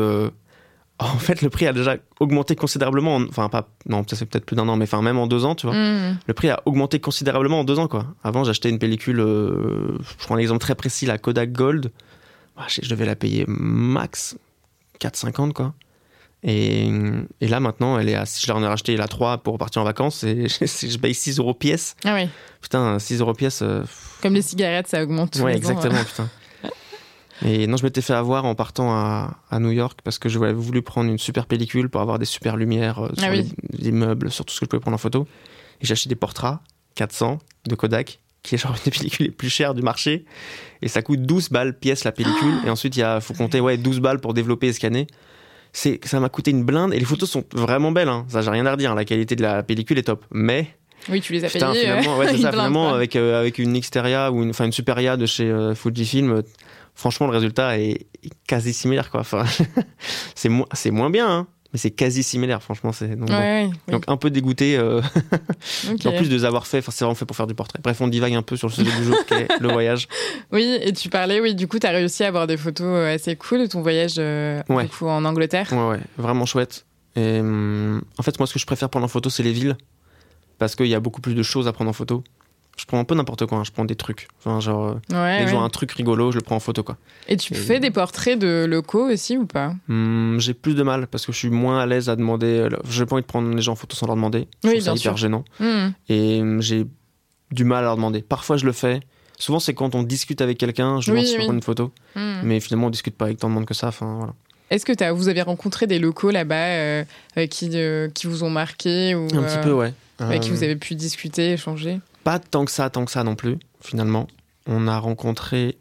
le prix a déjà augmenté considérablement. Ça fait peut-être plus d'1 an, mais même en 2 ans, tu vois. Le prix a augmenté considérablement en 2 ans, quoi. Avant, j'achetais une pellicule, je prends un exemple très précis, la Kodak Gold. Je devais la payer max 4,50, quoi. Et là, maintenant, si je leur en ai racheté la 3 pour partir en vacances, je paye 6 euros pièce. Ah oui. Putain, 6 euros pièce. Comme les cigarettes, ça augmente tous les ans. Exactement, putain. Et non, je m'étais fait avoir en partant à New York parce que j'avais voulu prendre une super pellicule pour avoir des super lumières sur les meubles, sur tout ce que je pouvais prendre en photo. Et j'ai acheté des portraits 400 de Kodak, qui est genre une des pellicules les plus chères du marché. Et ça coûte 12 balles pièce la pellicule. Et ensuite, il faut compter 12 balles pour développer et scanner. Ça m'a coûté une blinde. Et les photos sont vraiment belles. Hein. Ça, j'ai rien à redire. La qualité de la pellicule est top. Mais... Oui, tu les as payés. Finalement, c'est ça. Finalement, avec une Xperia ou une Superia de chez Fujifilm... Franchement, le résultat est quasi similaire, quoi. Enfin, c'est moins bien, hein, mais c'est quasi similaire, franchement. Donc un peu dégoûté. En plus de les avoir fait, c'est vraiment fait pour faire du portrait. Bref, on divague un peu sur le sujet du jour, qui est le voyage. Oui, et tu parlais, du coup, tu as réussi à avoir des photos assez cool de ton voyage du coup, en Angleterre. Ouais, vraiment chouette. Et, en fait, moi, ce que je préfère prendre en photo, c'est les villes, parce qu'il y a beaucoup plus de choses à prendre en photo. Je prends un peu n'importe quoi, je prends des trucs. Enfin, genre, dès que je vois un truc rigolo, je le prends en photo, quoi. Et tu fais des portraits de locaux aussi ou pas ? J'ai plus de mal parce que je suis moins à l'aise à demander. J'ai pas envie de prendre les gens en photo sans leur demander. Je trouve ça hyper gênant. Et j'ai du mal à leur demander. Parfois, je le fais. Souvent, c'est quand on discute avec quelqu'un, je demande si je peux prendre une photo. Mais finalement, on discute pas avec tant de monde que ça. Enfin, voilà. Est-ce que vous avez rencontré des locaux là-bas qui vous ont marqué ou, un petit peu, ouais. Avec qui vous avez pu discuter, échanger ? Pas tant que ça non plus, finalement. On a rencontré...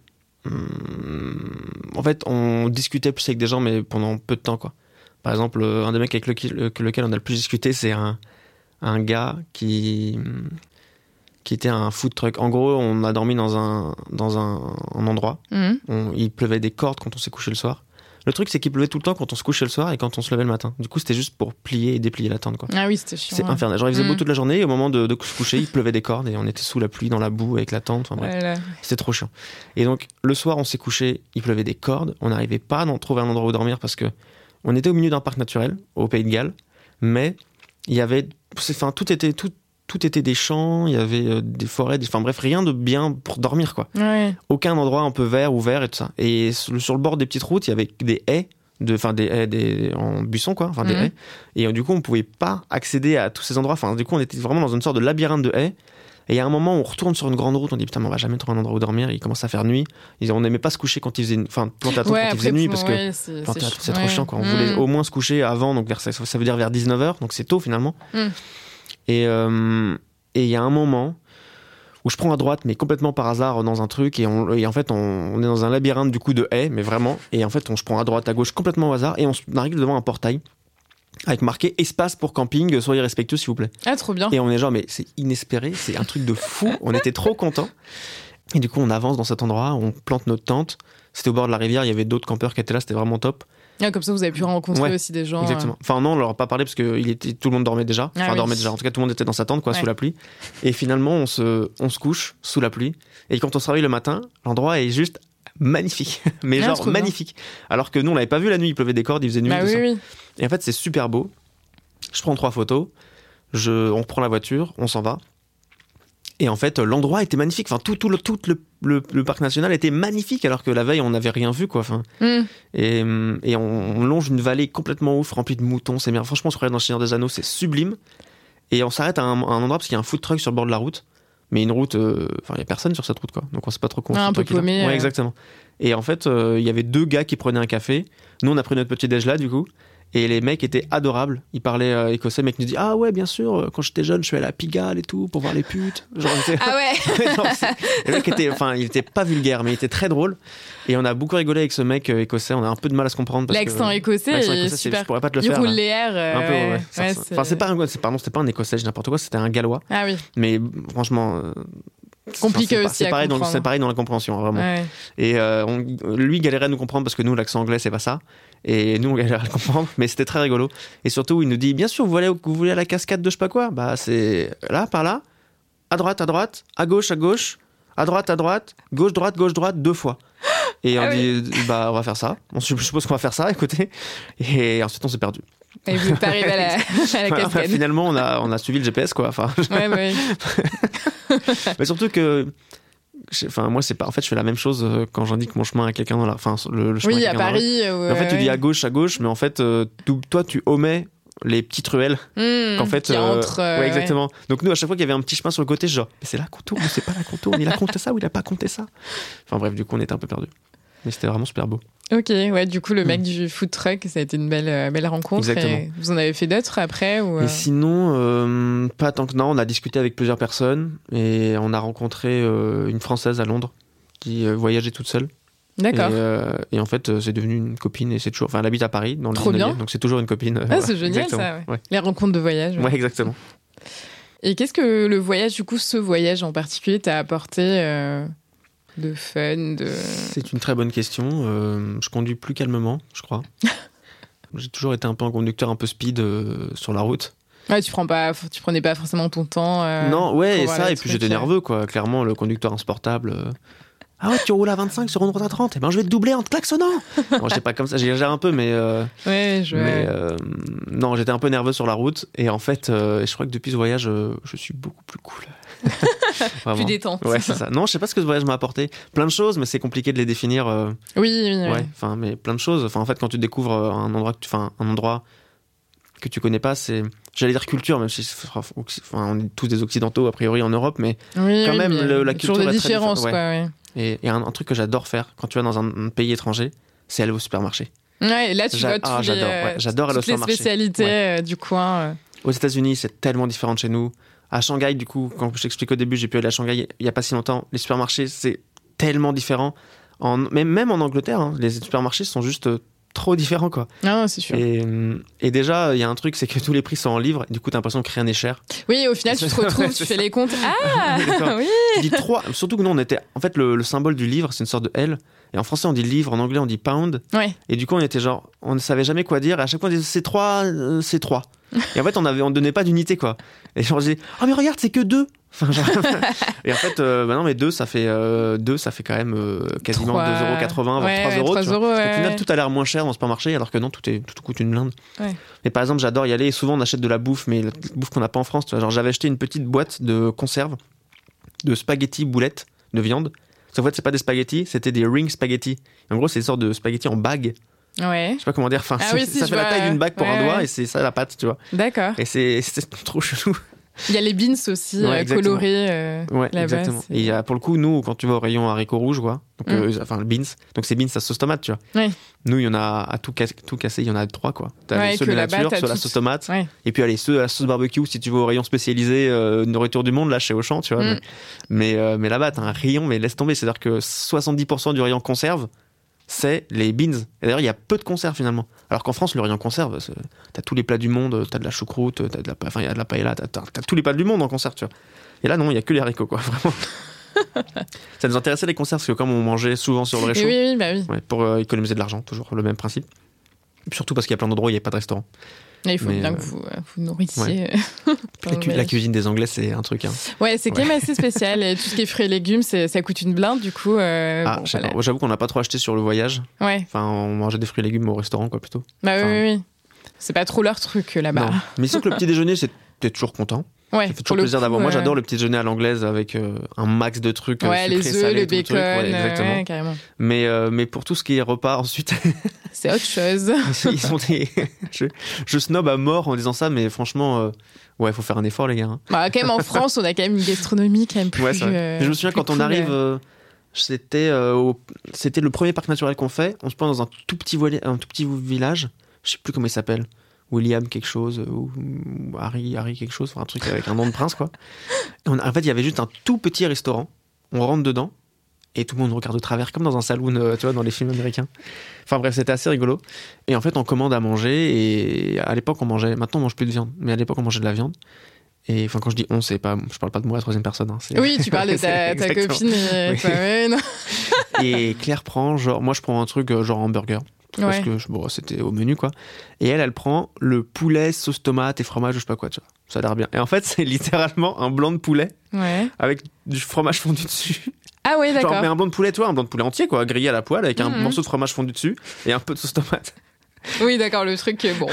En fait, on discutait plus avec des gens, mais pendant peu de temps, quoi. Par exemple, un des mecs avec lequel on a le plus discuté, c'est un gars qui était un food truck. En gros, on a dormi dans un endroit. Il pleuvait des cordes quand on s'est couché le soir. Le truc, c'est qu'il pleuvait tout le temps quand on se couchait le soir et quand on se levait le matin. Du coup, c'était juste pour plier et déplier la tente, quoi. Ah oui, c'était chiant. C'est infernal. Genre, il faisait beau toute la journée et au moment de se coucher, il pleuvait des cordes et on était sous la pluie, dans la boue, avec la tente. Enfin, bref. C'était trop chiant. Et donc, le soir, on s'est couché, il pleuvait des cordes. On n'arrivait pas à trouver un endroit où dormir parce que on était au milieu d'un parc naturel, au Pays de Galles, mais il y avait... Tout était des champs, il y avait des forêts, enfin bref, rien de bien pour dormir, quoi. Ouais. Aucun endroit un peu vert, ouvert et tout ça. Et sur le bord des petites routes, il y avait des haies, en buisson, quoi, des haies. Et du coup, on pouvait pas accéder à tous ces endroits. Enfin, du coup, on était vraiment dans une sorte de labyrinthe de haies. Et il y a un moment où on retourne sur une grande route, on dit putain, mais on va jamais trouver un endroit où dormir. Il commence à faire nuit. On n'aimait pas se coucher quand il faisait, planter à tente quand il faisait nuit, parce que planter à tente, c'est trop chiant, quoi. On voulait au moins se coucher avant, donc ça veut dire vers 19h, donc c'est tôt finalement. Et il y a un moment où je prends à droite, mais complètement par hasard dans un truc, et en fait, on est dans un labyrinthe du coup de haies, mais vraiment, et en fait, je prends à droite, à gauche, complètement au hasard, et on arrive devant un portail avec marqué espace pour camping, soyez respectueux s'il vous plaît. Ah, trop bien. Et on est genre, mais c'est inespéré, c'est un truc de fou, on était trop contents. Et du coup, on avance dans cet endroit, on plante notre tente. C'était au bord de la rivière, il y avait d'autres campeurs qui étaient là, c'était vraiment top. Ah, comme ça, vous avez pu rencontrer aussi des gens. Exactement. Enfin, non, on leur a pas parlé parce que tout le monde dormait déjà. Dormait déjà. En tout cas, tout le monde était dans sa tente, sous la pluie. Et finalement, on se couche sous la pluie. Et quand on se réveille le matin, l'endroit est juste magnifique. Mais genre magnifique. Bien. Alors que nous, on l'avait pas vu la nuit, il pleuvait des cordes, il faisait nuit. Oui. Et en fait, c'est super beau. Je prends 3 photos. On reprend la voiture, on s'en va. Et en fait, l'endroit était magnifique. Enfin, tout le parc national était magnifique, alors que la veille, on n'avait rien vu, quoi. Enfin, et on longe une vallée complètement ouf, remplie de moutons. C'est bien. Franchement, on se croirait dans le Seigneur des Anneaux, c'est sublime. Et on s'arrête à un endroit parce qu'il y a un food truck sur le bord de la route. Mais une route, il y a personne sur cette route, quoi. Donc on sait pas trop comment. Un peu paumé. Ouais, exactement. Et en fait, il y avait 2 gars qui prenaient un café. Nous, on a pris notre petit déj là, du coup. Et les mecs étaient adorables. Ils parlaient écossais. Le mec nous dit ah ouais, bien sûr. Quand j'étais jeune, je suis allé à Pigalle et tout pour voir les putes. Genre, ah ouais. Non, le mec il était pas vulgaire, mais il était très drôle. Et on a beaucoup rigolé avec ce mec écossais. On a un peu de mal à se comprendre. L'accent écossais est super. Je pourrais pas te le il faire. roule les airs. Un peu. Ouais. Enfin, c'était pas un écossais, n'importe quoi. C'était un gallois. Ah oui. Mais franchement. Compliqué aussi c'est pareil dans la compréhension, vraiment. Ouais. Et lui galérait à nous comprendre parce que nous, l'accent anglais, c'est pas ça. Et nous, on galérait à le comprendre, mais c'était très rigolo. Et surtout, il nous dit bien sûr, vous voulez à la cascade de je sais pas quoi. Bah, c'est là, par là, à droite, à gauche, à droite, gauche, droite, 2 fois. Et on dit bah, on va faire ça. Je suppose qu'on va faire ça, écoutez. Et ensuite, on s'est perdu. Et vous n'êtes pas arrivé à la cascade. Finalement, on a suivi le GPS, quoi. Enfin, ouais. Mais surtout que, moi, c'est pas. En fait, je fais la même chose quand j'indique mon chemin à quelqu'un le chemin. Oui, à Paris. En fait, tu dis à gauche, mais en fait, toi, tu omets les petites ruelles. Qu'en fait, ouais, exactement. Ouais. Donc nous, à chaque fois qu'il y avait un petit chemin sur le côté, genre, mais c'est la contourne, mais c'est pas la contourne. Il a compté ça ou il a pas compté ça. Enfin bref, du coup, on était un peu perdus. Mais c'était vraiment super beau. Ok, ouais, du coup, le mec du food truck, ça a été une belle rencontre. Exactement. Et vous en avez fait d'autres après ou Et sinon, pas tant que non, on a discuté avec plusieurs personnes et on a rencontré une Française à Londres qui voyageait toute seule. D'accord. Et en fait, c'est devenu une copine et c'est toujours. Enfin, elle habite à Paris, dans le Trop 19e, bien. donc c'est toujours une copine. Ah, c'est génial ça, ouais. Les rencontres de voyage. Ouais, exactement. Et qu'est-ce que le voyage, du coup, ce voyage en particulier, t'a apporté de fun C'est une très bonne question. Je conduis plus calmement, je crois. J'ai toujours été un peu un conducteur un peu speed sur la route. Ouais, tu prenais pas forcément ton temps. Non, ouais, et ça, et puis j'étais nerveux, quoi. Clairement, le conducteur insupportable. Ah ouais, tu roules à 25 sur une route à 30, et ben je vais te doubler en te klaxonnant. Bon, j'étais pas comme ça, j'exagère un peu, mais. Non, j'étais un peu nerveux sur la route, et en fait, je crois que depuis ce voyage, je suis beaucoup plus cool. Plus détente. Ouais, c'est ça. Non, je sais pas ce que ce voyage m'a apporté. Plein de choses, mais c'est compliqué de les définir. Oui. Ouais, enfin, mais plein de choses. Enfin, en fait, quand tu découvres un endroit que tu connais pas, c'est. J'allais dire culture, même si on est tous des occidentaux a priori en Europe, mais quand même la culture toujours des est différences, très quoi. Ouais. Et un truc que j'adore faire quand tu vas dans un pays étranger, c'est aller au supermarché. Ouais, et là tu vois j'adore aller au supermarché. Les spécialités du coin. Aux États-Unis, c'est tellement différent de chez nous. À Shanghai, du coup, quand je t'explique au début, j'ai pu aller à Shanghai il y a pas si longtemps. Les supermarchés, c'est tellement différent. Même en Angleterre, hein, les supermarchés sont juste trop différent, quoi. Ah, c'est sûr. Et déjà, il y a un truc, c'est que tous les prix sont en livres, et du coup, t'as l'impression que rien n'est cher. Oui, au final, tu te retrouves, tu fais les comptes. Ah, oui. Tu dis 3, surtout que nous, on était, en fait, le symbole du livre, c'est une sorte de L, et en français, on dit livre, en anglais, on dit pound. Ouais. Et du coup, on était genre, on ne savait jamais quoi dire, et à chaque fois, on disait c'est 3. Et en fait, on donnait pas d'unité, quoi. Et genre, je disais, ah, mais regarde, c'est que 2. Enfin, genre... Et en fait, non, mais 2, ça fait quand même quasiment 2,80 €, voire 3 €. 3 €. Au final, tout a l'air moins cher dans le supermarché, alors que non, tout coûte une blinde. Ouais. Mais par exemple, j'adore y aller, et souvent, on achète de la bouffe, mais la bouffe qu'on n'a pas en France. Tu vois, genre, j'avais acheté une petite boîte de conserve de spaghettis boulettes de viande. Sauf en fait, c'est pas des spaghettis, c'était des ring spaghettis. En gros, c'est une sorte de spaghettis en bague. Ouais. Je sais pas comment dire. Enfin, ça fait la taille d'une bague pour un doigt, et c'est ça la pâte, tu vois. D'accord. Et c'est trop chelou. Il y a les beans aussi, colorés ouais, là-bas. Exactement. Et il y a, pour le coup, nous, quand tu vas au rayon haricots rouges, quoi, donc, le beans, donc c'est beans à sauce tomate, tu vois. Ouais. Nous, il y en a à tout casser, il y en a 3, quoi. T'as ceux que de là-bas, nature, t'as ceux à la toutes. sauce tomate, Ouais. et puis allez, ceux à la sauce barbecue, si tu vas au rayon spécialisé nourriture du monde, là, chez Auchan, tu vois. Mais là-bas, t'as un rayon, mais laisse tomber. C'est-à-dire que 70% du rayon conserve, c'est les beans. Et d'ailleurs, il y a peu de conserve finalement. Alors qu'en France, le rayon conserve, t'as tous les plats du monde, t'as de la choucroute, il y a de la paella, t'as tous les plats du monde en conserve, tu vois. Et là, non, il y a que les haricots, quoi, vraiment. Ça nous intéressait les conserves parce que comme on mangeait souvent sur le réchaud, oui, bah oui. Ouais, pour économiser de l'argent, toujours le même principe. Surtout parce qu'il y a plein d'endroits où il n'y a pas de restaurant. Et il faut bien que vous nourrissiez. Ouais. La cuisine des Anglais, c'est un truc. Hein. Ouais, c'est quand même assez spécial. Et tout ce qui est fruits et légumes, ça coûte une blinde, du coup. J'avoue qu'on n'a pas trop acheté sur le voyage. Ouais. Enfin, on mangeait des fruits et légumes au restaurant, quoi, plutôt. Bah oui. C'est pas trop leur truc, là-bas. Non. Mais c'est que le petit déjeuner, t'es toujours content. Ouais, ça fait toujours plaisir d'avoir. Moi, j'adore le petit déjeuner à l'anglaise avec un max de trucs. Ouais, les œufs, le bacon. Exactement. Ouais, carrément. Mais pour tout ce qui est repas, ensuite. C'est autre chose. Ils sont je snob à mort en disant ça, mais franchement, ouais, faut faire un effort, les gars. Hein. Bah, quand même, en France, on a quand même une gastronomie quand même plus. Ouais, je me souviens quand on arrive. C'était le premier parc naturel qu'on fait. On se prend dans un tout petit village. Je sais plus comment il s'appelle. William quelque chose ou Harry quelque chose, enfin un truc avec un nom de prince, quoi. En fait, il y avait juste un tout petit restaurant. On rentre dedans et tout le monde regarde de travers comme dans un saloon, tu vois, dans les films américains. Enfin bref, c'était assez rigolo. Et en fait, on commande à manger et à l'époque on mangeait. Maintenant, on mange plus de viande, mais à l'époque on mangeait de la viande. Et enfin, quand je dis on, je parle pas de moi à la troisième personne. Hein, oui, tu parles de ta copine et toi, ouais, non. Et Claire prend, moi je prends un truc genre hamburger. Parce que c'était au menu, quoi. Et elle prend le poulet, sauce tomate et fromage, je sais pas quoi, tu vois. Ça a l'air bien. Et en fait, c'est littéralement un blanc de poulet avec du fromage fondu dessus. Ah ouais, d'accord. Genre, mais un blanc de poulet, un blanc de poulet entier, quoi, grillé à la poêle avec un morceau de fromage fondu dessus et un peu de sauce tomate. Oui, d'accord, le truc, bon.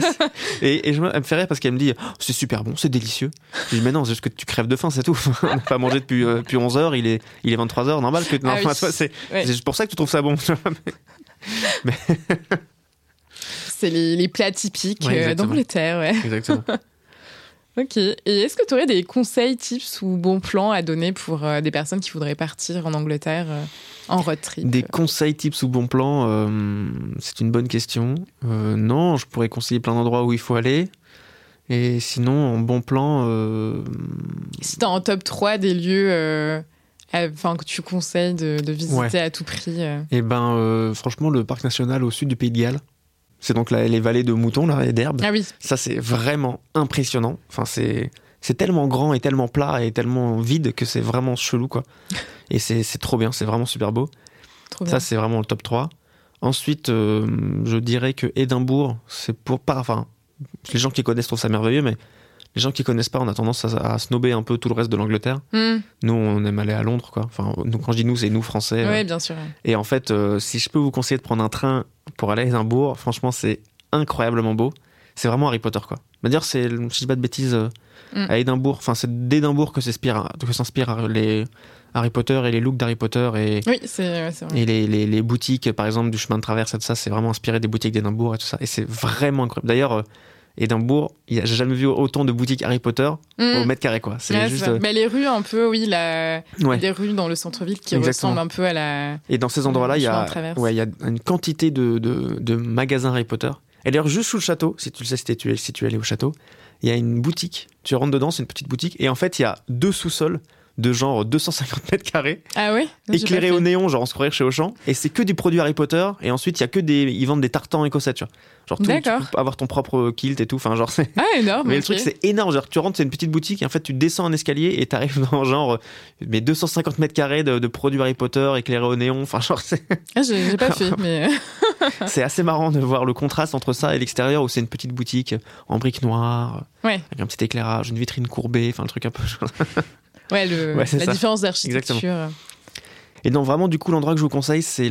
et elle me fait rire parce qu'elle me dit c'est super bon, c'est délicieux. Je dis mais non, c'est juste que tu crèves de faim, c'est tout. On n'a pas mangé depuis 11h, il est 23h, normal que. Non, oui. C'est juste pour ça que tu trouves ça bon. Mais... c'est les plats typiques d'Angleterre, ouais. Exactement. Ok. Et est-ce que tu aurais des conseils, tips ou bons plans à donner pour des personnes qui voudraient partir en Angleterre en road trip? Des conseils, tips ou bons plans, c'est une bonne question. Non, je pourrais conseiller plein d'endroits où il faut aller. Et sinon, en bon plan... Si t'es en top 3 des lieux que tu conseilles de visiter à tout prix. Eh ben, franchement, le parc national au sud du Pays de Galles. C'est donc les vallées de moutons là, et d'herbes. Ah oui. Ça, c'est vraiment impressionnant. Enfin, c'est tellement grand et tellement plat et tellement vide que c'est vraiment chelou, quoi. Et c'est trop bien, c'est vraiment super beau. Trop ça, bien. c'est vraiment le top 3. Ensuite, je dirais que Édimbourg, c'est les gens qui connaissent trouvent ça merveilleux, mais les gens qui connaissent pas, on a tendance à snobber un peu tout le reste de l'Angleterre. Nous, on aime aller à Londres, quoi. Enfin, quand je dis nous, c'est nous, Français. Oui, bien sûr. Et en fait, si je peux vous conseiller de prendre un train pour aller à Édimbourg, franchement, c'est incroyablement beau. C'est vraiment Harry Potter, quoi. D'ailleurs, si je dis pas de bêtises, à Édimbourg, enfin, c'est d'Édimbourg que s'inspirent les Harry Potter et les looks d'Harry Potter oui, c'est vrai. Et les boutiques, par exemple, du chemin de traverse et tout ça, c'est vraiment inspiré des boutiques d'Édimbourg et tout ça. Et c'est vraiment incroyable. D'ailleurs, Édimbourg, j'ai jamais vu autant de boutiques Harry Potter au mètre carré, quoi. C'est juste. Mais les rues, un peu, des rues dans le centre-ville qui ressemblent un peu à la. Et dans ces endroits-là, il y a une quantité de magasins Harry Potter. Et d'ailleurs, juste sous le château, si tu le sais, si tu es allé au château, il y a une boutique. Tu rentres dedans, c'est une petite boutique. Et en fait, il y a 2 sous-sols de genre 250 mètres carrés. Ah ouais? Éclairés au néon, genre on se croirait chez Auchan. Et c'est que des produits Harry Potter. Et ensuite, il y a ils vendent des tartans écossais, tu vois. Genre tu peux avoir ton propre kilt et tout. Enfin, genre c'est. Ah, énorme. Mais le truc, c'est énorme. Genre, tu rentres, c'est une petite boutique. Et en fait, tu descends un escalier et t'arrives dans genre 250 mètres carrés de produits Harry Potter éclairés au néon. Enfin, genre c'est. Ah, j'ai pas fait, mais. C'est assez marrant de voir le contraste entre ça et l'extérieur où c'est une petite boutique en briques noires. Ouais. Avec un petit éclairage, une vitrine courbée. Enfin, le truc un peu. Ouais, la différence d'architecture. Exactement. Et donc vraiment, du coup, l'endroit que je vous conseille, c'est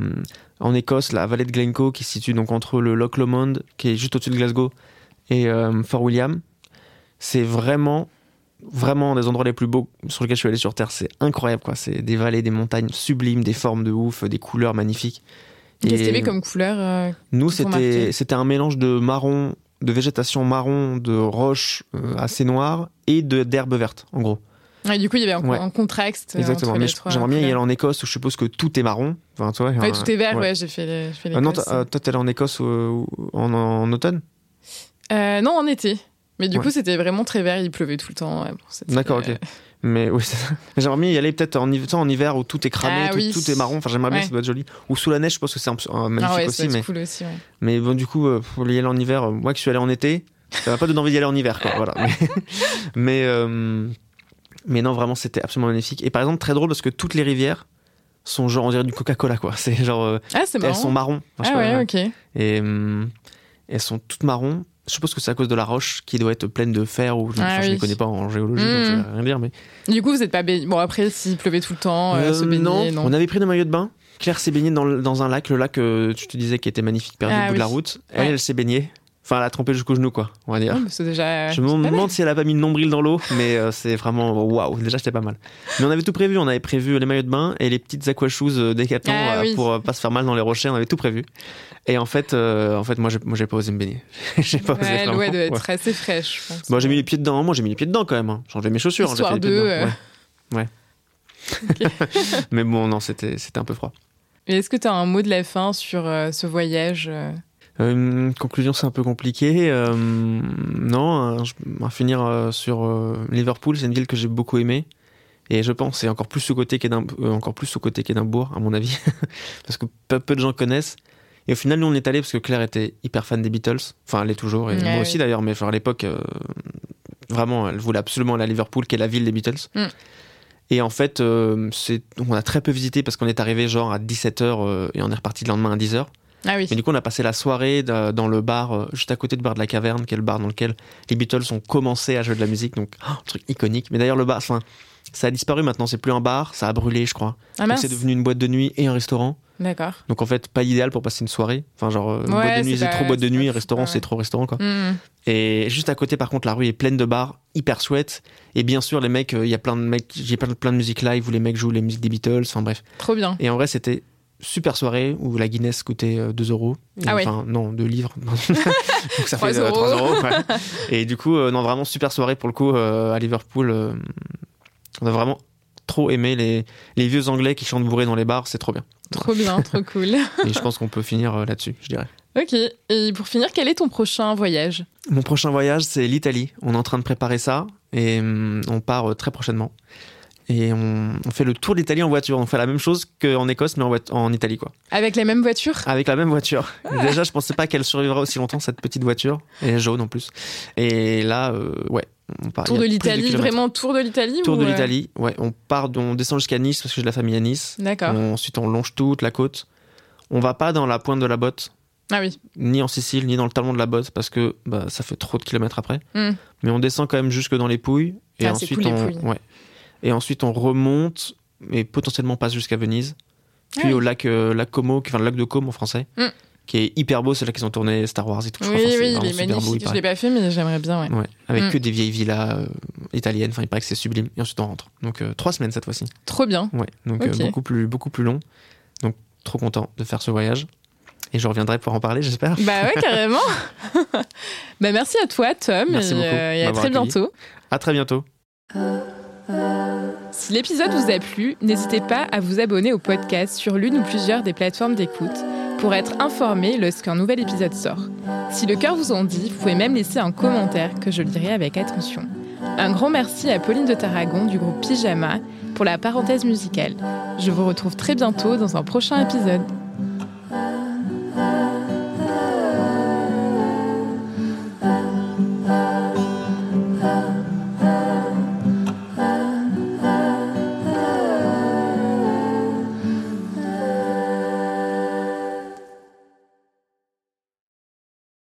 en Écosse, la vallée de Glencoe, qui se situe donc entre le Loch Lomond, qui est juste au-dessus de Glasgow, et Fort William. C'est vraiment des endroits les plus beaux sur lesquels je suis allé sur Terre. C'est incroyable, quoi. C'est des vallées, des montagnes sublimes, des formes de ouf, des couleurs magnifiques. Qu'est-ce qu'il y avait comme couleur Nous, c'était un mélange de marron, de végétation marron, de roches assez noires et d'herbes vertes, en gros. Ouais, du coup, il y avait un contraste. Exactement. Entre Mais les trois j'aimerais bien y couleurs. aller en Écosse où je suppose que tout est marron. Enfin, tu vois, Ouais, tout est vert, ouais, j'ai fait l'Écosse. Non, toi, t'es allé en Écosse en automne? Non, en été. Mais du Ouais. coup, c'était vraiment très vert, il pleuvait tout le temps. Ouais, bon, c'était, D'accord, ok. Mais oui, c'est ça. J'aimerais bien y aller peut-être en hiver où tout est cramé, Ah, oui. tout est marron. Enfin, j'aimerais bien, Ouais. ça doit être joli. Ou sous la neige, je pense que c'est magnifique Ah ouais, aussi. c'est cool aussi, ouais. Mais bon, du coup, pour y aller en hiver, moi qui suis allé en été, ça m'a pas donné envie d'y aller en hiver, quoi. Voilà. Mais non, vraiment, c'était absolument magnifique. Et par exemple, très drôle parce que toutes les rivières sont genre, on dirait du Coca-Cola, quoi. C'est genre, Ah, c'est marrant. elles sont marron. Enfin, je sais Ah pas, ouais, ok. Et elles sont toutes marron. Je suppose que c'est à cause de la roche qui doit être pleine de fer ou je oui. ne connais pas en géologie, donc je vais rien dire. Mais Du coup, vous n'êtes pas baigné. Bon, après, s'il pleuvait tout le temps, se baigner, non. On avait pris des maillots de bain. Claire s'est baignée dans un lac, le lac que tu te disais qui était magnifique, perdu au bout de la route. Elle s'est baignée. Enfin, elle a trempé jusqu'au genou, quoi, on va dire. Ouais, c'est déjà... Je me demande si elle a pas mis le nombril dans l'eau, mais c'est vraiment waouh. Déjà, c'était pas mal. Mais on avait tout prévu. On avait prévu les maillots de bain et les petites aqua shoes Decathlon pour pas se faire mal dans les rochers. On avait tout prévu. Et en fait, moi, j'ai pas osé me baigner. J'ai pas osé. Elle doit être assez fraîche, je pense. Bon, j'ai mis les pieds dedans. Moi, j'ai mis les pieds dedans quand même. Hein. J'ai enlevé mes chaussures. Histoire de. Ouais. Okay. Mais bon, non, c'était un peu froid. Et est-ce que tu as un mot de la fin sur ce voyage Conclusion, c'est un peu compliqué. Non, on va finir sur Liverpool. C'est une ville que j'ai beaucoup aimée. Et je pense c'est encore plus sous-côté qu'Édimbourg, à mon avis. Parce que peu de gens connaissent. Et au final, nous, on est allés parce que Claire était hyper fan des Beatles. Enfin, elle est toujours. Et moi aussi, d'ailleurs. Mais genre, à l'époque, vraiment, elle voulait absolument aller à Liverpool, qui est la ville des Beatles. Et en fait, on a très peu visité parce qu'on est arrivé genre à 17h et on est reparti le lendemain à 10h. Ah oui. Et du coup, on a passé la soirée dans le bar, juste à côté du bar de la Caverne, qui est le bar dans lequel les Beatles ont commencé à jouer de la musique. Donc, un truc iconique. Mais d'ailleurs, le bar, ça a disparu maintenant. C'est plus un bar, ça a brûlé, je crois. Donc, c'est devenu une boîte de nuit et un restaurant. D'accord. Donc, en fait, pas idéal pour passer une soirée. Enfin, genre, boîte de nuit, c'est trop boîte de nuit, restaurant, c'est trop restaurant, quoi. Et juste à côté, par contre, la rue est pleine de bars, hyper chouette. Et bien sûr, les mecs, il y a plein de mecs, j'ai plein de musique live où les mecs jouent les musiques des Beatles. Enfin, bref. Trop bien. Et en vrai, c'était super soirée où la Guinness coûtait 2 €. Enfin, non, 2 livres. Donc ça fait 3 €. Ouais. Et du coup, non, vraiment super soirée pour le coup à Liverpool. On a vraiment trop aimé les vieux Anglais qui chantent bourrés dans les bars, c'est trop bien. Trop bien, trop cool. Et je pense qu'on peut finir là-dessus, je dirais. Ok. Et pour finir, quel est ton prochain voyage ? Mon prochain voyage, c'est l'Italie. On est en train de préparer ça et on part très prochainement. Et on fait le tour d'Italie en voiture. On fait la même chose qu'en Écosse, mais en Italie, quoi. Avec la même voiture ? Avec la même voiture. Déjà, je pensais pas qu'elle survivra aussi longtemps, cette petite voiture. Elle est jaune en plus. Et là, ouais. On part, tour de l'Italie, vraiment tour de l'Italie Tour de l'Italie, ouais. On descend jusqu'à Nice parce que j'ai de la famille à Nice. D'accord. Ensuite, on longe toute la côte. On va pas dans la pointe de la botte. Ah oui. Ni en Sicile, ni dans le talon de la botte parce que ça fait trop de kilomètres après. Mais on descend quand même jusque dans les Pouilles. Et ensuite, c'est cool, les Pouilles. Ouais. Et ensuite, on remonte et potentiellement passe jusqu'à Venise. Puis au lac Como, enfin le lac de Como en français, qui est hyper beau. C'est là qu'ils ont tourné Star Wars et tout. Oui, il est magnifique. Je l'ai pas fait, mais j'aimerais bien. Ouais. Avec que des vieilles villas italiennes. Enfin, il paraît que c'est sublime. Et ensuite, on rentre. Donc 3 semaines cette fois-ci. Trop bien. Ouais. Donc beaucoup plus long. Donc trop content de faire ce voyage. Et je reviendrai pour en parler, j'espère. Bah ouais, carrément. Merci à toi, Tom. Merci beaucoup. Et à très bientôt. À très bientôt. Si l'épisode vous a plu, n'hésitez pas à vous abonner au podcast sur l'une ou plusieurs des plateformes d'écoute pour être informé lorsqu'un nouvel épisode sort. Si le cœur vous en dit, vous pouvez même laisser un commentaire que je lirai avec attention. Un grand merci à Pauline de Tarragon du groupe Pyjama pour la parenthèse musicale. Je vous retrouve très bientôt dans un prochain épisode.